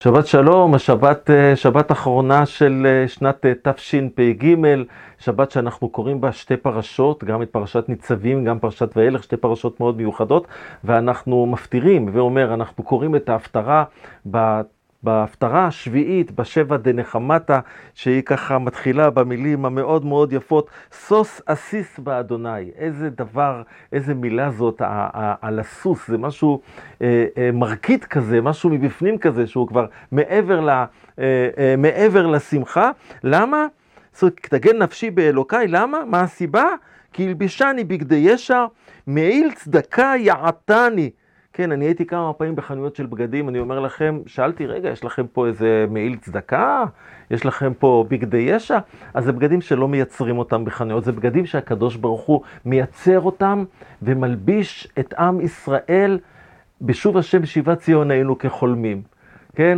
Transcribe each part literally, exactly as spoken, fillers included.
שבת שלום, השבת, שבת אחרונה של שנת תשפ"ג, שבת שאנחנו קוראים בה שתי פרשות, גם את פרשת ניצבים, גם פרשת ואילך, שתי פרשות מאוד מיוחדות, ואנחנו מפטירים, ואומר, אנחנו קוראים את ההפטרה ב... בהפטרה השביעית, בשבע דנחמתה, שהיא ככה מתחילה במילים המאוד מאוד יפות, סוס אסיס באדוני. איזה דבר, איזה מילה זאת, על הסוס, זה משהו אה, אה, מרקיד כזה, משהו מבפנים כזה, שהוא כבר מעבר, ל, אה, אה, מעבר לשמחה. למה? תגן נפשי באלוקיי, למה? מה הסיבה? כי ילבישני בגדי ישר, מעיל צדקה יעתני. כן, אני הייתי כמה פעמים בחנויות של בגדים, אני אומר לכם, שאלתי, רגע, יש לכם פה איזה מעיל צדקה? יש לכם פה בגדי ישע? אז זה בגדים שלא מייצרים אותם בחנויות, זה בגדים שהקדוש ברוך הוא מייצר אותם ומלביש את עם ישראל בשוב השם שיבת ציון היינו כחולמים. כן,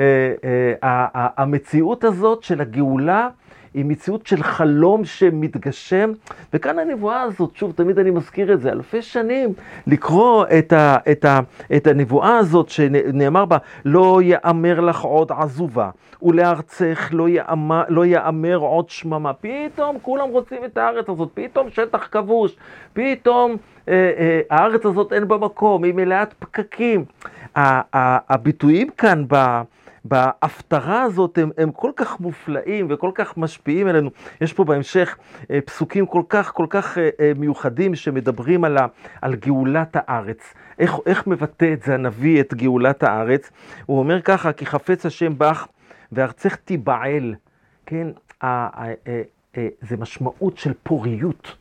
המציאות הזאת של הגאולה, היא מציאות של חלום שמתגשם, וכאן הנבואה הזאת, שוב, תמיד אני מזכיר את זה, אלפי שנים, לקרוא את, ה, את, ה, את הנבואה הזאת שנאמר בה, לא יאמר לך עוד עזובה, ולארצך לא יאמר, לא יאמר עוד שממה. פתאום כולם רוצים את הארץ הזאת, פתאום שטח כבוש, פתאום אה, אה, הארץ הזאת אין בה מקום, היא מלאת פקקים. הביטויים כאן ב... בהפטרה הזאת הם, הם כל כך מופלאים וכל כך משפיעים עלינו. יש פה בהמשך אה, פסוקים כל כך כל כך אה, אה, מיוחדים שמדברים על, ה, על גאולת הארץ. איך, איך מבטא את זה הנביא, את גאולת הארץ? הוא אומר ככה, כי חפץ השם בך וארצך תיבעל. כן, אה, אה, אה, אה, זה משמעות של פוריות.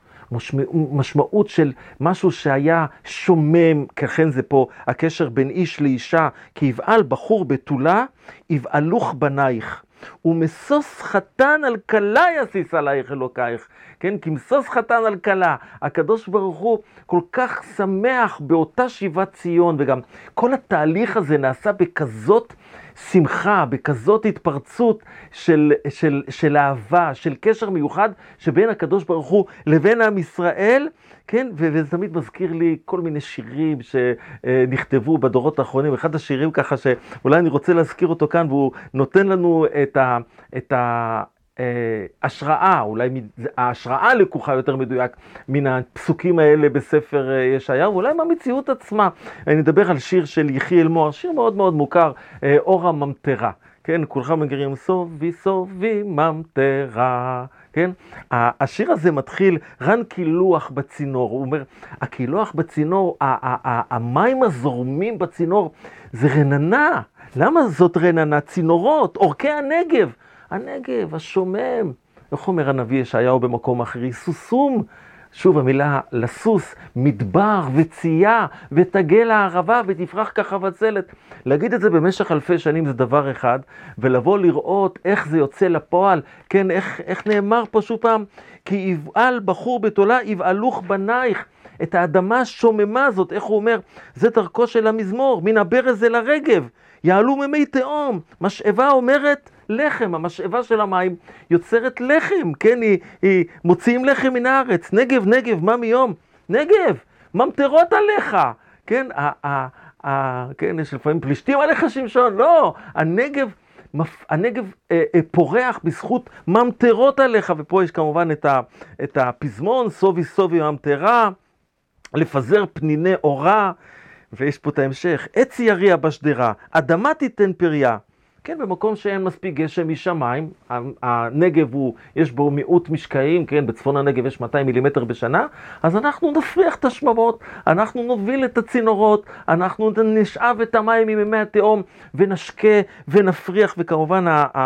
משמעות של משהו שהיה שומם, ככן זה פה הקשר בין איש לאישה, כי יבעל בחור בתולה, יבעלוך בנייך, ומסוס חתן על כלה יסיס עלייך אלוקייך. כן, כי מסוס חתן על כלה, הקדוש ברוך הוא כל כך שמח באותה שיבת ציון, וגם כל התהליך הזה נעשה בכזאת שמחה, בכזאת התפרצות של, של, של אהבה, של קשר מיוחד שבין הקדוש ברוך הוא לבין עם ישראל, כן, וזה תמיד מזכיר לי כל מיני שירים שנכתבו בדורות האחרונים. אחד השירים ככה שאולי אני רוצה להזכיר אותו כאן, והוא נותן לנו את ה... את ה השראה, אולי ההשראה לקוחה יותר מדויק מן הפסוקים האלה בספר ישעיהו, ואולי מהמציאות עצמה. אני מדבר על שיר של יחיאל מוהר, שיר מאוד מאוד מוכר, אור הממטרה. כן, כולכם מגרים סובי סובי ממטרה. כן, השיר הזה מתחיל, רן קילוח בצינור, הוא אומר, הקילוח בצינור, המים הזורמים בצינור, זה רננה. למה זאת רננה? צינורות, אורכי הנגב. הנגב, השומם, איך אומר הנביא ישעיהו במקום אחר, סוסום, שוב המילה לסוס, מדבר וצייה ותגל הערבה ותפרח כחבצלת. להגיד את זה במשך אלפי שנים זה דבר אחד, ולבוא לראות איך זה יוצא לפועל, כן, איך, איך נאמר פה שוב פעם, כי יבעל בחור בתולה, יבעלוך בנייך. את האדמה השוממה הזאת, איך הוא אומר, זה דרכו של המזמור, מן הברז אל הרגב, יעלו ממי תהום. משאבה אומרת לחם, המשאבה של המים יוצרת לחם, כן, היא, היא מוציאים לחם מן הארץ. נגב, נגב, מה מיום? נגב, ממטרות עליך, כן, ה, ה, ה, כן, יש לפעמים פלישתים עליך שמשון, לא, הנגב, הנגב אה, אה, פורח בזכות ממטרות עליך, ופה יש כמובן את, ה, את הפזמון, סובי סובי ממטרה, לפזר פניני אורה, ויש פה את ההמשך, עץ יריע בשדרה, אדמה תיתן פריה. כן, במקום שאין מספיק גשם משמיים, הנגב הוא, יש בו מיעוט משקעים, כן, בצפון הנגב יש מאתיים מילימטר בשנה, אז אנחנו נפריח את השממות, אנחנו נוביל את הצינורות, אנחנו נשאב את המים ממי התהום, ונשקה ונפריח, וכמובן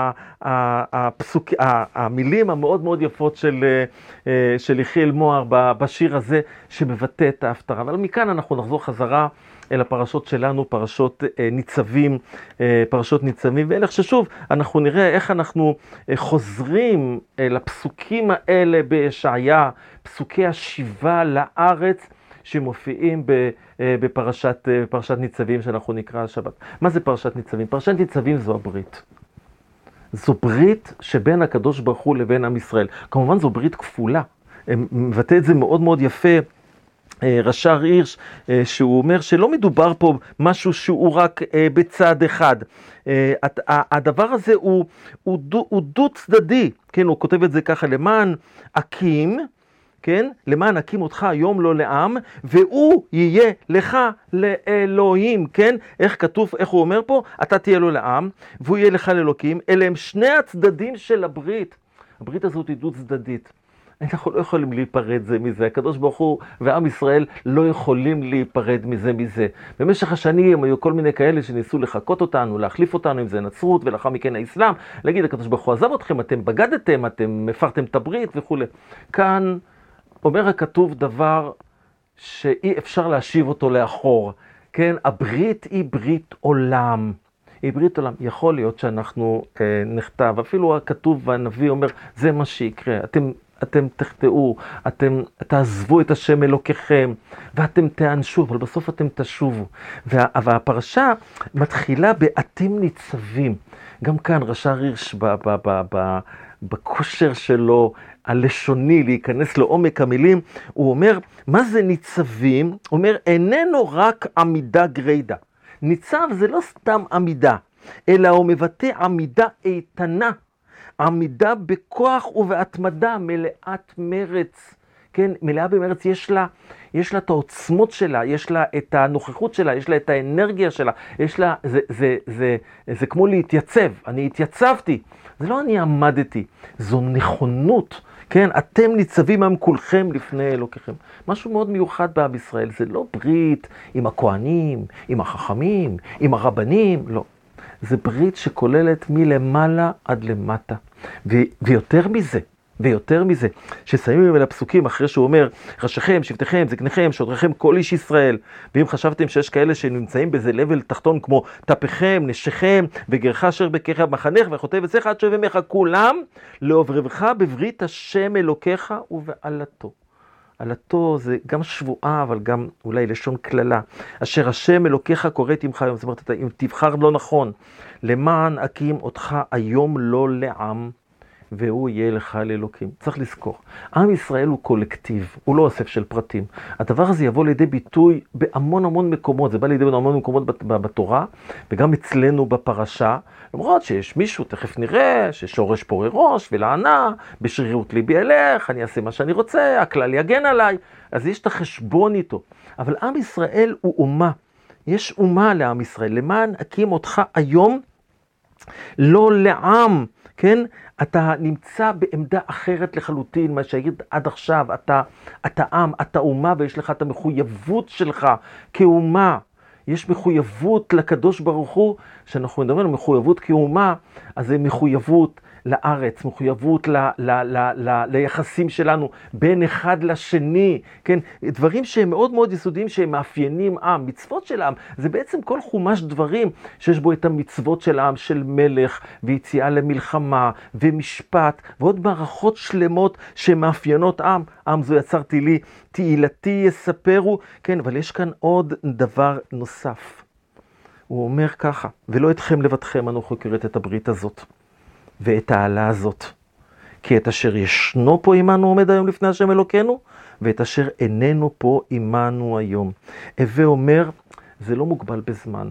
הפסוק, המילים המאוד מאוד יפות של, של יחיאל מוהר בשיר הזה, שמבטא את ההפטרה. אבל מכאן אנחנו נחזור חזרה אל הפרשות שלנו, פרשות אה, ניצבים, אה, פרשות ניצבים, ואלה ששוב, אנחנו נראה איך אנחנו אה, חוזרים אה, לפסוקים האלה בישעיה, פסוקי השיבה לארץ, שמופיעים ב, אה, בפרשת, אה, פרשת ניצבים שאנחנו נקרא השבת. מה זה פרשת ניצבים? פרשת ניצבים זו הברית. זו ברית שבין הקדוש ברוך הוא לבין עם ישראל. כמובן זו ברית כפולה. מבטא את זה מאוד מאוד יפה, רש"ר הירש, שהוא אומר שלא מדובר פה משהו שהוא רק בצד אחד. הדבר הזה הוא, הוא, דו, הוא דו צדדי, כן, הוא כותב את זה ככה, למען הקים, כן, למען הקים אותך היום לא לעם, והוא יהיה לך לאלוהים, כן, איך כתוב, איך הוא אומר פה, אתה תהיה לו לעם, והוא יהיה לך לאלוקים, אלה הם שני הצדדים של הברית. הברית הזאת היא דו צדדית. אנחנו לא יכולים להיפרד זה מזה, הקדוש ברוך הוא ועם ישראל לא יכולים להיפרד מזה מזה. במשך השנים היו כל מיני כאלה שניסו לחקות אותנו, להחליף אותנו, אם זה נצרות ולאחר מכן האסלאם, להגיד הקדוש ברוך הוא עזב אתכם, אתם בגדתם, אתם מפרתם את הברית וכו'. כאן אומר הכתוב דבר שאי אפשר להשיב אותו לאחור, כן, הברית היא ברית עולם. היא ברית עולם, יכול להיות שאנחנו אה, נכתב, אפילו הכתוב והנביא אומר, זה מה שיקרה, אתם אתם תחטאו, אתם תעזבו את השם אלוקיכם, ואתם תענשו, אבל בסוף אתם תשובו. וה, והפרשה מתחילה באתם ניצבים. גם כאן רש"ר הירש בכושר שלו, הלשוני, להיכנס לעומק המילים, הוא אומר, מה זה ניצבים? הוא אומר, איננו רק עמידה גרידה. ניצב זה לא סתם עמידה, אלא הוא מבטא עמידה איתנה, עמידה בכוח ובהתמדה, מלאת מרץ, כן, מלאה במרץ, יש לה, יש לה את העוצמות שלה, יש לה את הנוכחות שלה, יש לה את האנרגיה שלה, יש לה, זה, זה, זה, זה, זה כמו להתייצב, אני התייצבתי, זה לא אני עמדתי, זו נכונות, כן, אתם ניצבים עם כולכם לפני אלוקיכם. משהו מאוד מיוחד בעם ישראל, זה לא ברית עם הכהנים, עם החכמים, עם הרבנים, לא. זה ברית שכוללת מלמעלה עד למטה. ו- ויותר מזה, ויותר מזה, ששמים אל הפסוקים אחרי שהוא אומר, ראשיכם, שבטיכם, זקניכם, שוטריכם, כל איש ישראל. ואם חשבתם שיש כאלה שנמצאים באיזה לבל תחתון כמו טפיכם, נשיכם, וגרך אשר בקרב מחנך, וחוטב אצלך עד שוב ימיך, כולם לעוברך בברית השם אלוקיך ובעלתו. עלתו זה גם שבועה, אבל גם אולי לשון כללה. אשר השם אלוקיך קוראת עמך היום. זאת אומרת, אם תבחר לא נכון, למען אקים אותך היום לא לעם, והוא יהיה לך לאלוקים. צריך לזכור, עם ישראל הוא קולקטיב, הוא לא אוסף של פרטים. הדבר הזה יבוא לידי ביטוי בהמון המון מקומות, זה בא לידי בהמון מקומות בתורה, וגם אצלנו בפרשה, למרות שיש מישהו, תכף נראה, ששורש פורה ראש ולענה, בשרירות ליבי אלך, אני אעשה מה שאני רוצה, הכלל יגן עליי, אז יש את החשבון איתו. אבל עם ישראל הוא אומה, יש אומה לעם ישראל, למען אקים אותך היום, לא לעם, כן? אתה נמצא בעמדה אחרת לחלוטין, מה שהגיד עד עכשיו, אתה, אתה עם, אתה אומה, ויש לך את המחויבות שלך כאומה. יש מחויבות לקדוש ברוך הוא, שאנחנו מדברים על מחויבות כאומה, אז זה מחויבות לארץ, מחויבות ל, ל, ל, ל, ליחסים שלנו בין אחד לשני, כן? דברים שהם מאוד מאוד יסודיים, שהם מאפיינים עם, מצוות של עם, זה בעצם כל חומש דברים שיש בו את המצוות של עם, של מלך ויציאה למלחמה ומשפט, ועוד מערכות שלמות שמאפיינות עם, עם זו יצרתי לי, תהילתי יספרו, כן, אבל יש כאן עוד דבר נוסף. הוא אומר ככה, ולא אתכם לבדכם אנוכי כרת את הברית הזאת. ואת העלה הזאת. כי את אשר ישנו פה עמנו עומד היום לפני השם אלוקינו, ואת אשר איננו פה עמנו היום. הווה אומר, זה לא מוגבל בזמן.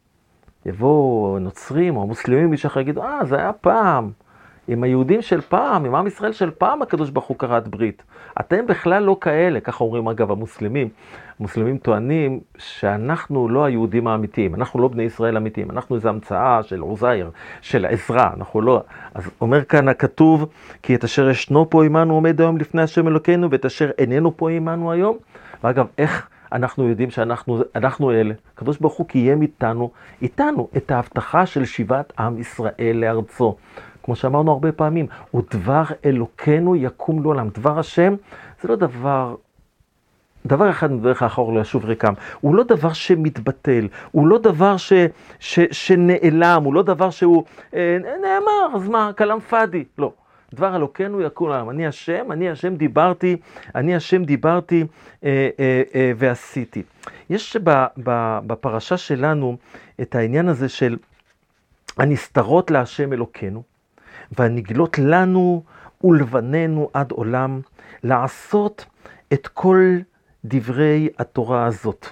יבואו נוצרים או המוסלמים משחר יגידו, אה, זה היה פעם. עם היהודים של פעם, עם עם ישראל של פעם, הקדוש ברוך הוא כרת ברית. אתם בכלל לא כאלה, ככה אומרים אגב המוסלמים. המוסלמים טוענים שאנחנו לא היהודים האמיתיים, אנחנו לא בני ישראל האמיתיים, אנחנו איזו המצאה של עוזייר, של עזרא, אנחנו לא. אז אומר כאן הכתוב, כי את אשר ישנו פה עמנו עומד היום לפני השם אלוקינו, ואת אשר איננו פה עמנו היום. ואגב, איך אנחנו יודעים שאנחנו אנחנו אלה? הקדוש ברוך הוא קיים איתנו, איתנו את ההבטחה של שיבת עם ישראל לארצו. כמו שאמרנו הרבה פעמים, ודבר אלוקינו יקום לעולם. דבר השם זה לא דבר, דבר אחד מדרך האחור לשוב ריקם. הוא לא דבר שמתבטל, הוא לא דבר ש, ש, שנעלם, הוא לא דבר שהוא אה, נאמר, אז מה, כלם פאדי. לא. דבר אלוקינו יקום לעולם. אני השם, אני השם דיברתי, אני השם דיברתי אה, אה, אה, ועשיתי. יש ב, ב, בפרשה שלנו את העניין הזה של הנסתרות להשם אלוקינו, והנגלות לנו ולבננו עד עולם, לעשות את כל דברי התורה הזאת.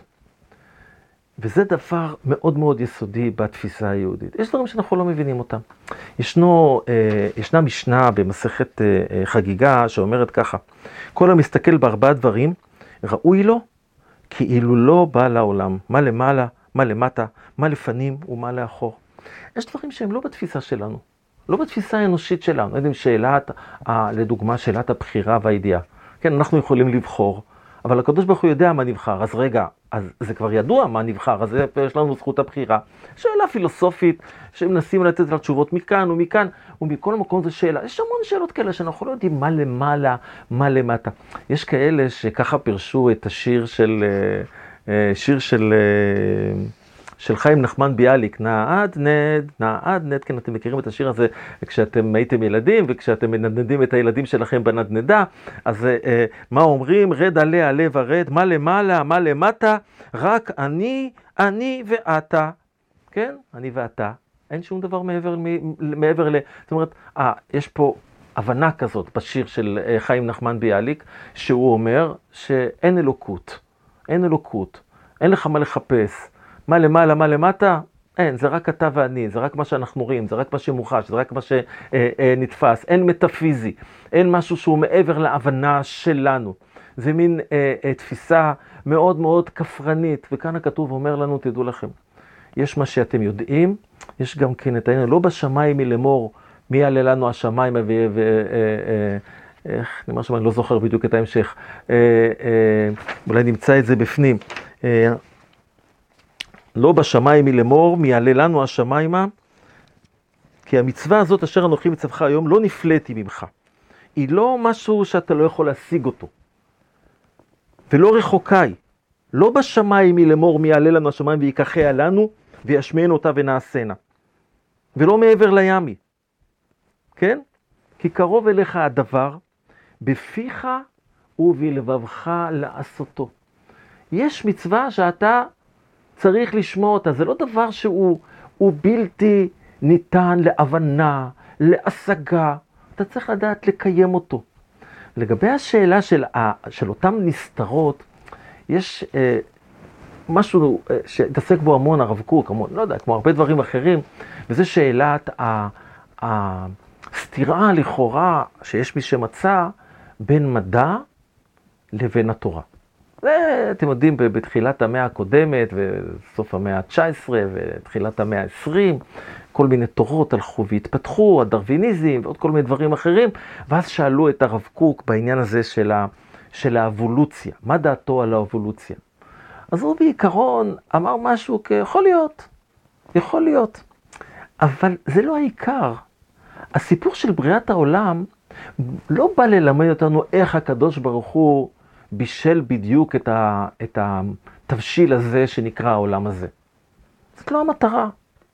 וזה דבר מאוד מאוד יסודי בתפיסה היהודית. יש דברים שאנחנו לא מבינים אותם. ישנו, אה, ישנה משנה במסכת אה, חגיגה שאומרת ככה, כל המסתכל בארבעה דברים, ראוי לו כאילו לא בא לעולם. מה למעלה, מה למטה, מה לפנים ומה לאחור. יש דברים שהם לא בתפיסה שלנו, לא בתפיסה האנושית שלנו. יודעים, שאלת, לדוגמה, שאלת הבחירה והידיעה. כן, אנחנו יכולים לבחור, אבל הקדוש ברוך הוא יודע מה נבחר, אז רגע, אז זה כבר ידוע מה נבחר, אז יש לנו זכות הבחירה. שאלה פילוסופית, שמנסים לתת לה תשובות מכאן ומכאן, ומכל מקום זו שאלה. יש המון שאלות כאלה שאנחנו לא יודעים מה למעלה, מה למטה. יש כאלה שככה פירשו את השיר של, שיר של, של חיים נחמן ביאליק, נעד נד, נעד נד, כן, אתם מכירים את השיר הזה כשאתם הייתם ילדים, וכשאתם מנדנדים את הילדים שלכם בנדנדה, אז אה, מה אומרים? רד עלה עלה ורד, מה למעלה, מה למטה, רק אני, אני ואתה, כן? אני ואתה, אין שום דבר מעבר, מעבר ל... זאת אומרת, אה, יש פה הבנה כזאת בשיר של אה, חיים נחמן ביאליק, שהוא אומר שאין אלוקות, אין אלוקות, אין לך מה לחפש, מה למעלה, מה למטה? אין, זה רק אתה ואני, זה רק מה שאנחנו רואים, זה רק מה שמוחש, זה רק מה שנתפס, אין מטאפיזי, אין משהו שהוא מעבר להבנה שלנו. זה מין אה, אה, תפיסה מאוד מאוד כפרנית, וכאן הכתוב אומר לנו, תדעו לכם, יש מה שאתם יודעים, יש גם כן את העניין, לא בשמיים מלמור, מי יעלה לנו השמיים, ו... ו אה, אה, איך, אני משהו, אני לא זוכר בדיוק את ההמשך, אה, אה, אולי נמצא את זה בפנים, אה, לא בשמיים מלמור, מי יעלה לנו השמיימה, כי המצווה הזאת אשר אנוכי מצווך היום לא נפלאתי ממך. היא לא משהו שאתה לא יכול להשיג אותו. ולא רחוקאי. לא בשמיים מלמור, מי יעלה לנו השמיים ויקחיה לנו, וישמענו אותה ונעשנה. ולא מעבר לימי. כן? כי קרוב אליך הדבר, בפיך ובלבבך לעשותו. יש מצווה שאתה צריך לשמוע אותה, זה לא דבר שהוא הוא בלתי ניתן להבנה, להשגה, אתה צריך לדעת לקיים אותו. לגבי השאלה של, של אותם נסתרות, יש אה, משהו אה, שתעסק בו המון הרב קוק, המון, לא יודע, כמו הרבה דברים אחרים, וזה שאלת ה, הסתירה לכאורה שיש מי שמצא בין מדע לבין התורה. ואתם יודעים, בתחילת המאה הקודמת, וסוף המאה ה-תשע עשרה, ותחילת המאה ה-עשרים, כל מיני תורות הלכו והתפתחו, הדרוויניזם ועוד כל מיני דברים אחרים, ואז שאלו את הרב קוק בעניין הזה של, ה, של האבולוציה. מה דעתו על האבולוציה? אז הוא בעיקרון אמר משהו כיכול להיות, יכול להיות. אבל זה לא העיקר. הסיפור של בריאת העולם לא בא ללמד אותנו איך הקדוש ברוך הוא בישל בדיוק את, ה, את התבשיל הזה שנקרא העולם הזה. זאת לא המטרה.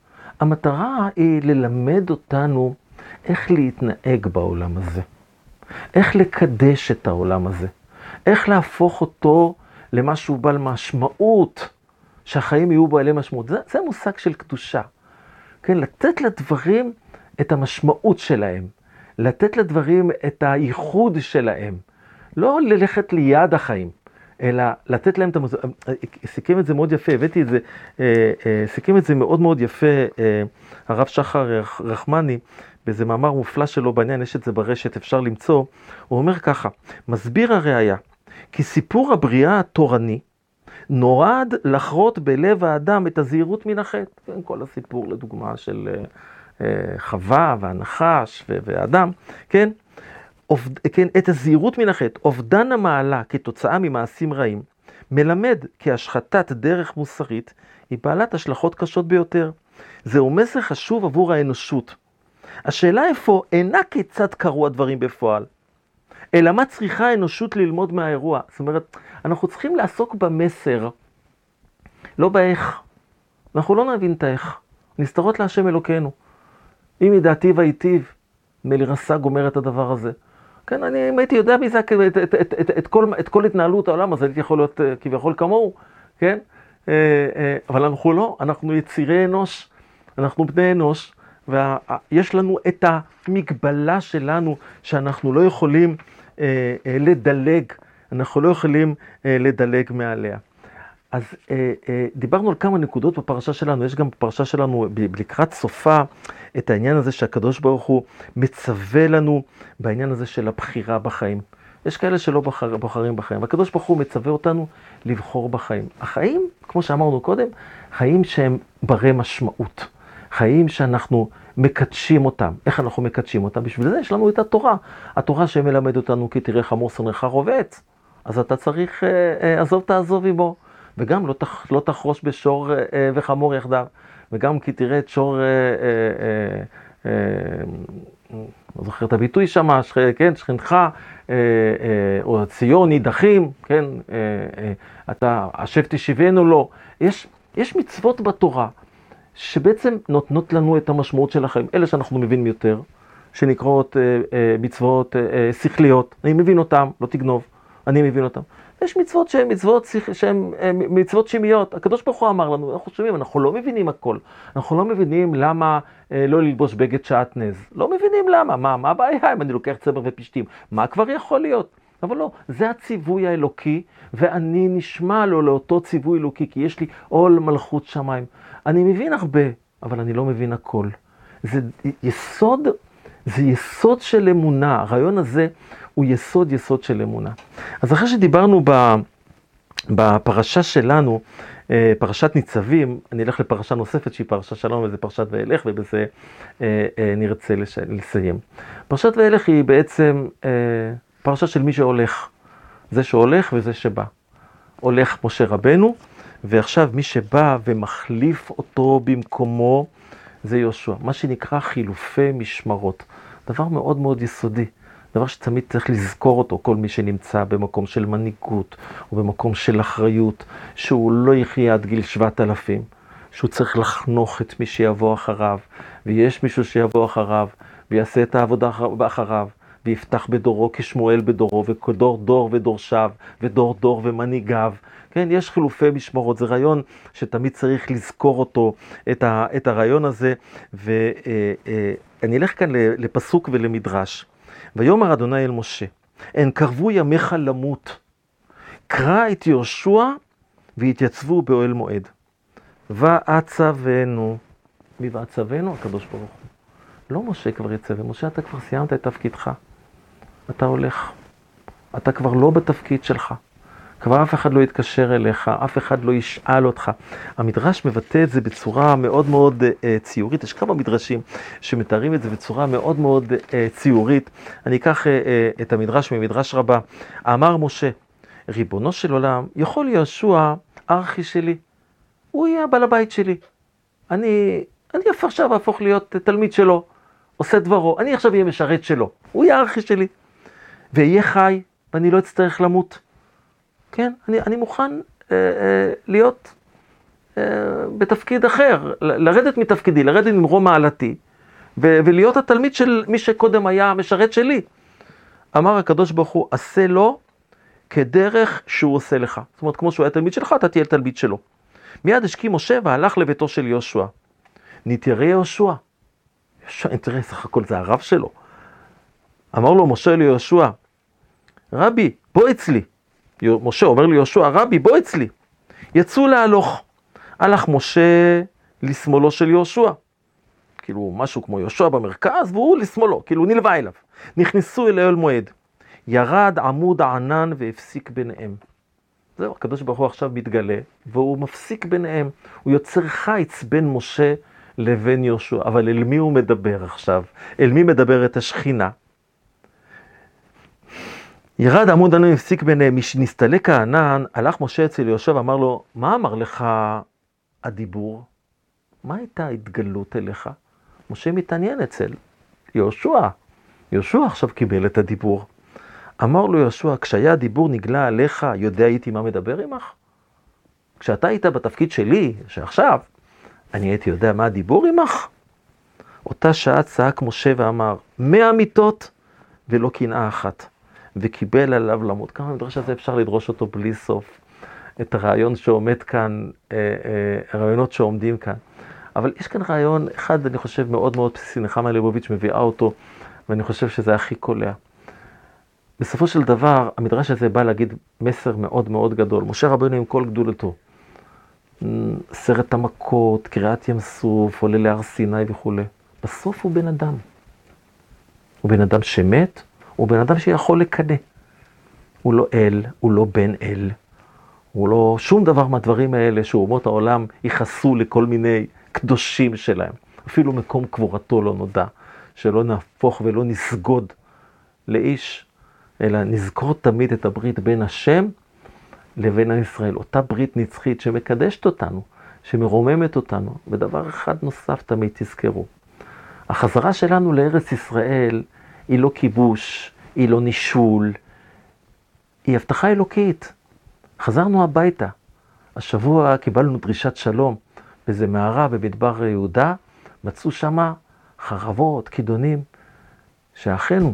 המטרה היא ללמד אותנו איך להתנהג בעולם הזה. איך לקדש את העולם הזה. איך להפוך אותו למשהו בעל משמעות, שהחיים יהיו בעלי משמעות. זה, זה מושג של קדושה. כן, לתת לדברים את המשמעות שלהם. לתת לדברים את הייחוד שלהם. לא ללכת ליד החיים, אלא לתת להם את המוז... סיכם את זה מאוד יפה, הבאתי את זה, סיכם את זה מאוד מאוד יפה, הרב שחר רחמני, באיזה מאמר מופלא שלו בעניין, יש את זה ברשת, אפשר למצוא, הוא אומר ככה, מסביר הראיה, כי סיפור הבריאה התורני, נועד לחרות בלב האדם את הזהירות מן החטא. כן, כל הסיפור לדוגמה של חווה והנחש והאדם, כן? כן, את הזהירות מן החטא, אובדן המעלה כתוצאה ממעשים רעים, מלמד כי השחתת דרך מוסרית היא בעלת השלכות קשות ביותר. זהו מסר חשוב עבור האנושות. השאלה איפה אינה כיצד קרו הדברים בפועל, אלא מה צריכה האנושות ללמוד מהאירוע. זאת אומרת, אנחנו צריכים לעסוק במסר, לא באיך. אנחנו לא נבין את האיך. נסתרות להשם אלוקינו. אם ידעתי והיטיב, מלירסה גומר את הדבר הזה. כן, אני אם הייתי יודע מזה, את, את, את, את, את, כל, את כל התנהלות העולם הזה, הייתי יכול להיות כביכול כמוהו, כן? אבל אנחנו לא, אנחנו יצירי אנוש, אנחנו בני אנוש, ויש לנו את המגבלה שלנו, שאנחנו לא יכולים לדלג אנחנו לא יכולים אה, לדלג מעליה. אז אה, אה, דיברנו על כמה נקודות בפרשה שלנו, יש גם בפרשה שלנו ב- לקראת סופה את העניין הזה שהקדוש ברוך הוא מצווה לנו בעניין הזה של הבחירה בחיים. יש כאלה שלא בוחר, בוחרים בחיים, והקדוש ברוך הוא מצווה אותנו לבחור בחיים. החיים, כמו שאמרנו קודם, חיים שהם ברי משמעות, חיים שאנחנו מקדשים אותם. איך אנחנו מקדשים אותם? בשביל זה יש לנו את התורה. התורה שמלמד אותנו כי תראה חמור שונאך רובץ, אז אתה צריך, אה, אה, עזוב תעזוב עמו. וגם לא, תח, לא תחרוש בשור אה, אה, וחמור יחדיו. וגם כי תראה את שור, אה, אה, אה, אה, לא זוכר את הביטוי שם, שכ, כן, שכנך, אה, אה, או ציון נידחים, כן, אה, אה, אתה, השב תשיבנו לו. יש, יש מצוות בתורה שבעצם נותנות לנו את המשמעות של החיים. אלה שאנחנו מבינים יותר, שנקראות אה, אה, מצוות אה, אה, שכליות. אני מבין אותם, לא תגנוב, אני מבין אותם. יש מצוות שהן מצוות, שהן מצוות שמיות. הקדוש ברוך הוא אמר לנו, אנחנו שומעים, אנחנו לא מבינים הכל. אנחנו לא מבינים למה אה, לא ללבוש בגד שעטנז. לא מבינים למה, מה, מה הבעיה אם אני לוקח צמר ופשתים? מה כבר יכול להיות? אבל לא, זה הציווי האלוקי, ואני נשמע לו לאותו ציווי אלוקי, כי יש לי עול מלכות שמיים. אני מבין הרבה, אבל אני לא מבין הכל. זה יסוד, זה יסוד של אמונה. הרעיון הזה הוא יסוד יסוד של אמונה. אז אחרי שדיברנו בפרשה שלנו, פרשת ניצבים, אני אלך לפרשה נוספת שהיא פרשה שלנו, וזה פרשת ואילך, ובזה נרצה לסיים. פרשת ואילך היא בעצם פרשה של מי שהולך. זה שהולך וזה שבא. הולך משה רבנו, ועכשיו מי שבא ומחליף אותו במקומו זה יהושע. מה שנקרא חילופי משמרות. דבר מאוד מאוד יסודי. דבר שתמיד צריך לזכור אותו, כל מי שנמצא במקום של מנהיגות, או במקום של אחריות, שהוא לא יחיה עד גיל שבעת אלפים, שהוא צריך לחנוך את מי שיבוא אחריו, ויש מישהו שיבוא אחריו, ויעשה את העבודה אחריו, ויפתח בדורו כשמואל בדורו, וכדור דור ודורשיו, ודור דור ומנהיגיו. כן, יש חילופי משמרות, זה רעיון שתמיד צריך לזכור אותו, את, ה, את הרעיון הזה, ואני אלך כאן לפסוק ולמדרש. ויאמר אדוני אל משה, הן קרבו ימיך למות, קרא את יהושע והתייצבו באוהל מועד. ועצבנו, מי ועצבנו? הקדוש ברוך הוא. לא משה כבר יצא, ומשה אתה כבר סיימת את תפקידך. אתה הולך, אתה כבר לא בתפקיד שלך. כבר אף אחד לא יתקשר אליך, אף אחד לא ישאל אותך. המדרש מבטא את זה בצורה מאוד מאוד uh, ציורית. יש כמה מדרשים שמתארים את זה בצורה מאוד מאוד uh, ציורית. אני אקח uh, uh, את המדרש ממדרש רבה. אמר משה, ריבונו של עולם, יכול יהושע ארכי שלי. הוא יהיה הבעל הבית שלי. אני, אני עכשיו אהפוך להיות תלמיד שלו, עושה דברו. אני עכשיו אהיה משרת שלו. הוא יהיה ארכי שלי. ויהיה חי, ואני לא אצטרך למות. כן, אני, אני מוכן אה, אה, להיות אה, בתפקיד אחר, ל- לרדת מתפקידי, לרדת ממרום מעלתי, ו- ולהיות התלמיד של מי שקודם היה המשרת שלי. אמר הקדוש ברוך הוא, עשה לו כדרך שהוא עושה לך. זאת אומרת, כמו שהוא היה תלמיד שלך, אתה תהיה תלמיד שלו. מיד השכי משה והלך לביתו של יהושע. נתיירא יהושע. יהושע, תראה, סך הכל זה הרב שלו. אמר לו משה ליהושע, רבי, בוא אצלי. משה אומר ליהושע, רבי, בוא אצלי. יצאו להלוך. הלך משה לשמאלו של יהושע. כאילו משהו כמו יהושע במרכז, והוא לשמאלו, כאילו נלווה אליו. נכנסו אל אוהל מועד. ירד עמוד הענן והפסיק ביניהם. זהו, הקדוש ברוך הוא עכשיו מתגלה, והוא מפסיק ביניהם. הוא יוצר חיץ בין משה לבין יהושע. אבל אל מי הוא מדבר עכשיו? אל מי מדבר את השכינה? ירד עמוד הענן והפסיק ביניהם. משנסתלק הענן, הלך משה אצל יהושע ואמר לו, מה אמר לך הדיבור? מה הייתה ההתגלות אליך? משה מתעניין אצל יהושע. יהושע עכשיו קיבל את הדיבור. אמר לו יהושע, כשהיה הדיבור נגלה עליך, יודע הייתי מה מדבר עמך? כשאתה היית בתפקיד שלי, שעכשיו, אני הייתי יודע מה הדיבור עמך? אותה שעה צעק משה ואמר, מאה מיתות ולא קנאה אחת. וקיבל עליו למות. כמה מדרש הזה אפשר לדרוש אותו בלי סוף. את הרעיון שעומד כאן, אה, אה, הרעיונות שעומדים כאן. אבל יש כאן רעיון אחד, אני חושב, מאוד מאוד בסיסי, נחמה ליבוביץ' מביאה אותו, ואני חושב שזה הכי קולע. בסופו של דבר, המדרש הזה בא להגיד מסר מאוד מאוד גדול. משה רבנו עם כל גדולתו, סרט המכות, קריעת ים סוף, עולה להר סיני וכו'. בסוף הוא בן אדם. הוא בן אדם שמת, הוא בן אדם שיכול לקנא. הוא לא אל, הוא לא בן אל. הוא לא שום דבר מהדברים האלה שאומות העולם ייחסו לכל מיני קדושים שלהם. אפילו מקום קבורתו לא נודע, שלא נהפוך ולא נסגוד לאיש, אלא נזכור תמיד את הברית בין השם לבין ישראל. אותה ברית נצחית שמקדשת אותנו, שמרוממת אותנו. ודבר אחד נוסף תמיד תזכרו. החזרה שלנו לארץ ישראל היא לא כיבוש, היא לא נישול, היא הבטחה אלוקית. חזרנו הביתה. השבוע קיבלנו דרישת שלום באיזה מערה במדבר יהודה, מצאו שמה חרבות, כידונים, שאחינו,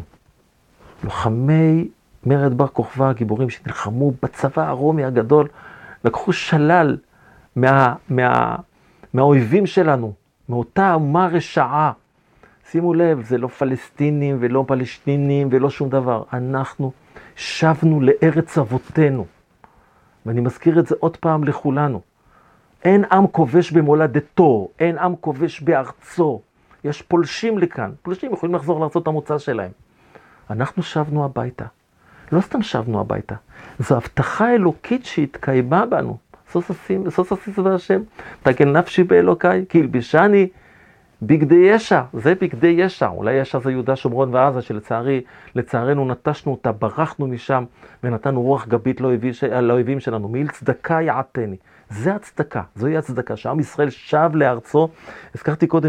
לוחמי מרד בר כוכבא, הגיבורים שנלחמו בצבא הרומי הגדול, לקחו שלל מה, מה, מהאויבים שלנו, מאותה אומה רשעה. שימו לב, זה לא פלסטינים ולא פלשתינים ולא שום דבר. אנחנו שבנו לארץ אבותינו. ואני מזכיר את זה עוד פעם לכולנו. אין עם כובש במולדתו, אין עם כובש בארצו. יש פולשים לכאן. פולשים יכולים לחזור לארצות המוצא שלהם. אנחנו שבנו הביתה. לא סתם שבנו הביתה. זו הבטחה אלוקית שהתקיימה בנו. סוס אסיס והשם, תגן נפשי באלוקיי, כי הלבישני בגדי ישע. זה בגדי ישע. אולי ישע זה יהודה, שומרון ועזה, שלצערי, לצערנו נטשנו אותה, ברחנו משם, ונתנו רוח גבית לאויבים שלנו. מעיל צדקה יעתני. זה הצדקה, זוהי הצדקה, שעם ישראל שב לארצו. הזכרתי קודם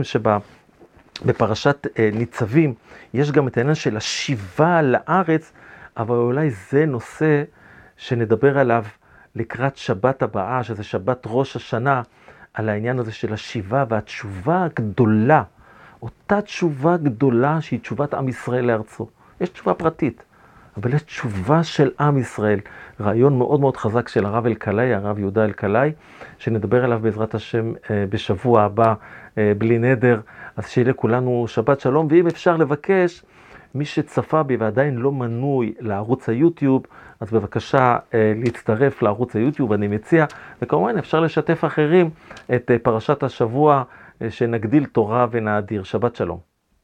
שבפרשת ניצבים יש גם את העניין של השיבה לארץ, אבל אולי זה נושא שנדבר עליו לקראת שבת הבאה, שזה שבת ראש השנה, על העניין הזה של השיבה והתשובה הגדולה, אותה תשובה גדולה שהיא תשובת עם ישראל לארצו. יש תשובה פרטית, אבל יש תשובה של עם ישראל. רעיון מאוד מאוד חזק של הרב אלקלעי, הרב יהודה אלקלעי, שנדבר עליו בעזרת השם בשבוע הבא בלי נדר. אז שיהיה לכולנו שבת שלום, ואם אפשר לבקש, מי שצפה בי ועדיין לא מנוי לערוץ היוטיוב, אז בבקשה להצטרף לערוץ היוטיוב, אני מציע, וכמובן אפשר לשתף אחרים את פרשת השבוע שנגדיל תורה ונאדיר. שבת שלום.